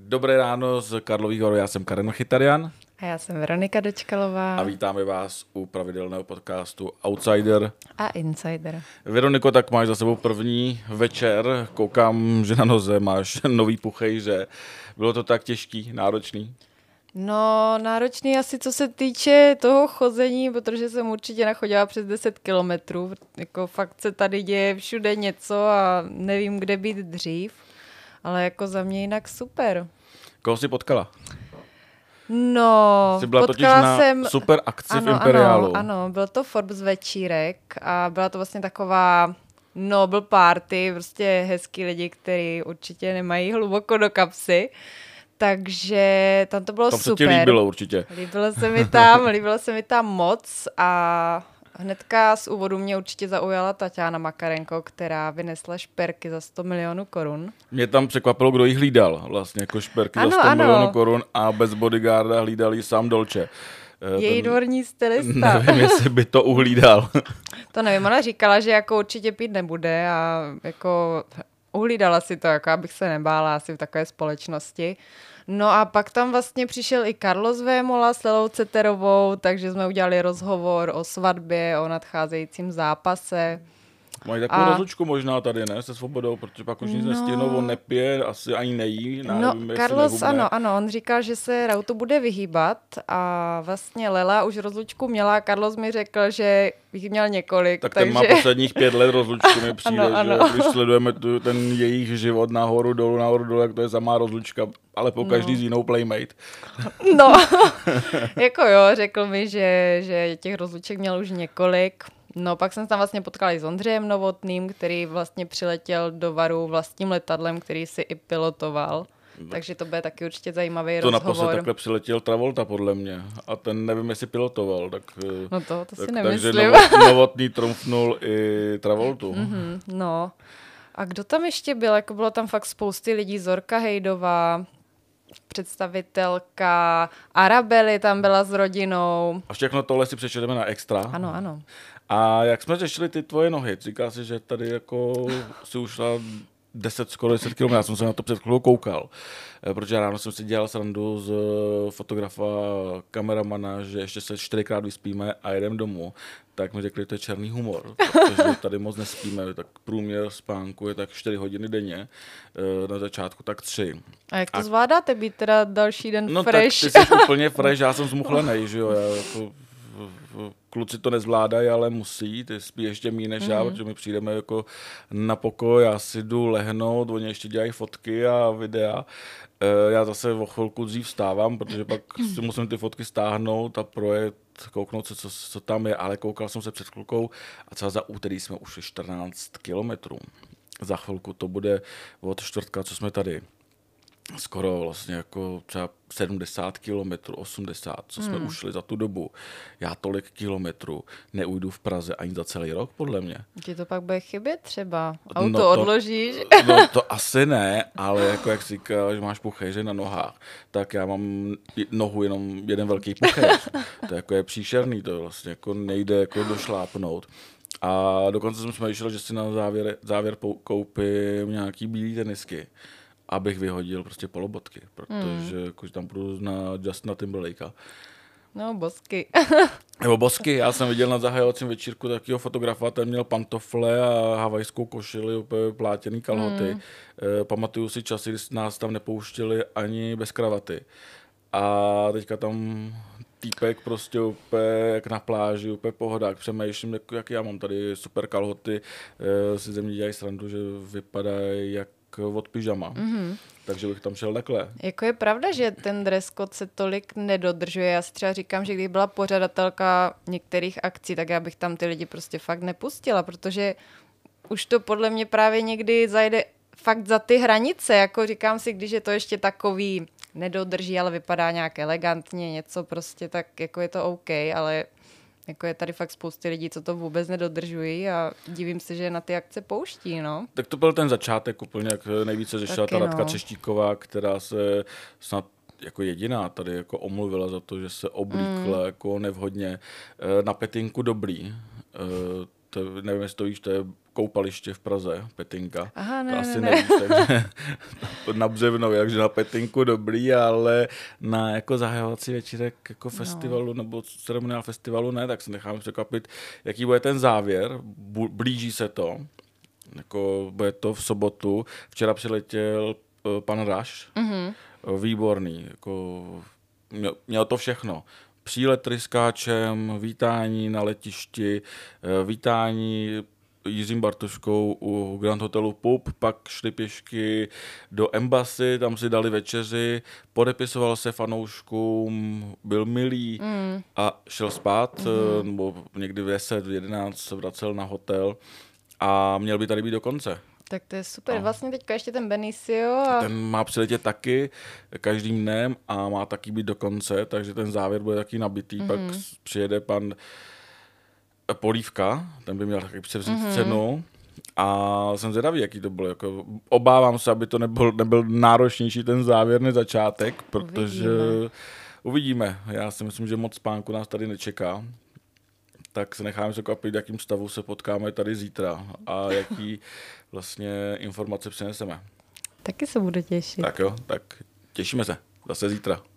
Dobré ráno z Karlových Hor, já jsem Karen Chytarian. A já jsem Veronika Dočkalová. A vítáme vás u pravidelného podcastu Outsider A Insider. Veroniko, tak máš za sebou první večer, koukám, že na noze máš nový puchejře. Bylo to tak těžký, náročný? No, náročný asi co se týče toho chození, protože jsem určitě nachodila přes 10 kilometrů. Jako fakt se tady děje všude něco a nevím, kde být dřív. Ale jako za mě jinak super. Koho jsi potkala? No, Jsi byla totiž na super akci v Imperiálu. Ano, byl to Forbes večírek a byla to vlastně taková Nobel party, prostě hezký lidi, kteří určitě nemají hluboko do kapsy. Takže tam to bylo tam super. Tam se ti líbilo určitě. Líbilo se mi tam moc a hnedka z úvodu mě určitě zaujala Taťána Makarenko, která vynesla šperky za 100 milionů korun. Mě tam překvapilo, kdo jí hlídal vlastně, jako šperky za 100 milionů korun a bez bodyguarda hlídal jí sám Dolce. Její dvorní stylista. Nevím, jestli by to uhlídal. To nevím, ona říkala, že jako určitě pít nebude a jako uhlídala si to, jako abych se nebála asi v takové společnosti. No a pak tam vlastně přišel i Carlos Vémola s Lelou Ceterovou, takže jsme udělali rozhovor o svatbě, o nadcházejícím zápase. Mají takovou rozlučku možná tady, ne, se Svobodou, protože pak už nic nestihnou, on nepije, asi ani nejí. Nevím, Carlos, ano, on říkal, že se Rautu bude vyhýbat a vlastně Lela už rozlučku měla a Carlos mi řekl, že bych měl několik. Tak ten má posledních 5 let rozlučku, mi přijde, ano. Že když sledujeme ten jejich život nahoru dolů, jak to je samá rozlučka, ale po každý s jinou playmate. No, jako jo, řekl mi, že těch rozluček měl už několik. No, pak jsem se tam vlastně potkala i s Ondřejem Novotným, který vlastně přiletěl do Varu vlastním letadlem, který si i pilotoval. Takže to bude taky určitě zajímavý rozhovor. To naposled takhle přiletěl Travolta, podle mě. A ten nevím, jestli pilotoval. No to si nemyslím. Takže Novotný trumfnul i Travoltu. No. A kdo tam ještě byl? Jako bylo tam fakt spousty lidí. Zorka Hejdová, představitelka Arabely tam byla s rodinou. A všechno tohle si přečteme na Extra. Ano. A jak jsme řešili ty tvoje nohy? Říká si, že tady jako si ušla skoro 10 km, já jsem se na to před chvílou koukal, protože ráno jsem si dělal srandu z fotografa, kameramana, že ještě se 4krát vyspíme a jedeme domů, tak mi řekli, že to je černý humor, protože tady moc nespíme, tak průměr spánku je tak 4 hodiny denně, na začátku tak 3. A jak to zvládáte být teda další den no fresh? No tak ty jsi úplně fresh, já jsem zmuchlenej, že jo, já jako kluci to nezvládají, ale musí, ty spí ještě méně než já, protože my přijdeme jako na pokoj, já si jdu lehnout, oni ještě dělají fotky a videa. Já zase o chvilku dřív vstávám, protože pak si musím ty fotky stáhnout a projet, kouknout se, co tam je, ale koukal jsem se před chvilkou a třeba za úterý jsme ušli 14 kilometrů. Za chvilku to bude od čtvrtka, co jsme tady. Skoro vlastně jako třeba 70 kilometrů, 80, co jsme ušli za tu dobu. Já tolik kilometrů neujdu v Praze ani za celý rok, podle mě. Ti to pak bude chybět třeba? Auto odložíš? No to asi ne, ale jako jak si říkal, že máš puchejře na nohách, tak já mám nohu jenom jeden velký puchejř. To jako je příšerný, to vlastně jako nejde jako došlápnout. A dokonce jsem smýšlel, že si na závěr koupím nějaký bílý tenisky, abych vyhodil prostě polobotky, protože jakože tam budu na Justina Timberlakea. No, bosky. Nebo bosky, já jsem viděl na zahajovacím večírku takového fotografa, ten měl pantofle a havajskou košili, úplně plátěný kalhoty. Pamatuju si časy, kdy nás tam nepouštěli ani bez kravaty. A teďka tam týpek prostě úplně jak na pláži, úplně pohodák. Přemýšlím, jak já mám tady super kalhoty, si ze mě dělají srandu, že vypadají jak od pyžama. Takže bych tam šel takhle. Jako je pravda, že ten dress code se tolik nedodržuje. Já si třeba říkám, že kdyby byla pořadatelka některých akcí, tak já bych tam ty lidi prostě fakt nepustila, protože už to podle mě právě někdy zajde fakt za ty hranice. Jako říkám si, když je to ještě takový nedodrží, ale vypadá nějak elegantně, něco prostě, tak jako je to OK, ale jako je tady fakt spousty lidí, co to vůbec nedodržují a divím se, že na ty akce pouští, no. Tak to byl ten začátek úplně, jak nejvíce řešila ta Radka Třeštíková, která se snad jako jediná tady jako omluvila za to, že se oblíkla jako nevhodně. Na petinku dobrý. nevím, jestli to víš, to je koupaliště v Praze, Petinka. Aha, to ne, asi ne. nevíš, takže na Břevnově, takže na Petinku dobrý, ale na jako zahajovací večírek jako festivalu nebo ceremoniál festivalu ne, tak se necháme překvapit, jaký bude ten závěr. Blíží se to, jako bude to v sobotu. Včera přiletěl pan Raš, výborný, jako měl to všechno. Přílet tryskáčem, vítání na letišti, vítání Jiřím Bartoškou u Grand Hotelu Pup, pak šli pěšky do Embassy, tam si dali večeři, podepisoval se fanouškům, byl milý a šel spát, nebo někdy v 10, v 11 se vracel na hotel a měl by tady být do konce. Tak to je super. Vlastně teďka ještě ten Benicio. A... Ten má přiletět taky každým dnem a má taky být do konce, takže ten závěr bude taky nabitý. Pak přijede pan Polívka, ten by měl taky převzít cenu. A jsem zvědavý, jaký to bylo. Jako, obávám se, aby to nebyl náročnější ten závěrný začátek, protože uvidíme. Já si myslím, že moc spánku nás tady nečeká. Tak se necháme překvapit, v jakým stavu se potkáme tady zítra a jaký vlastně informace přineseme. Taky se budu těšit. Tak jo, tak těšíme se. Zase zítra.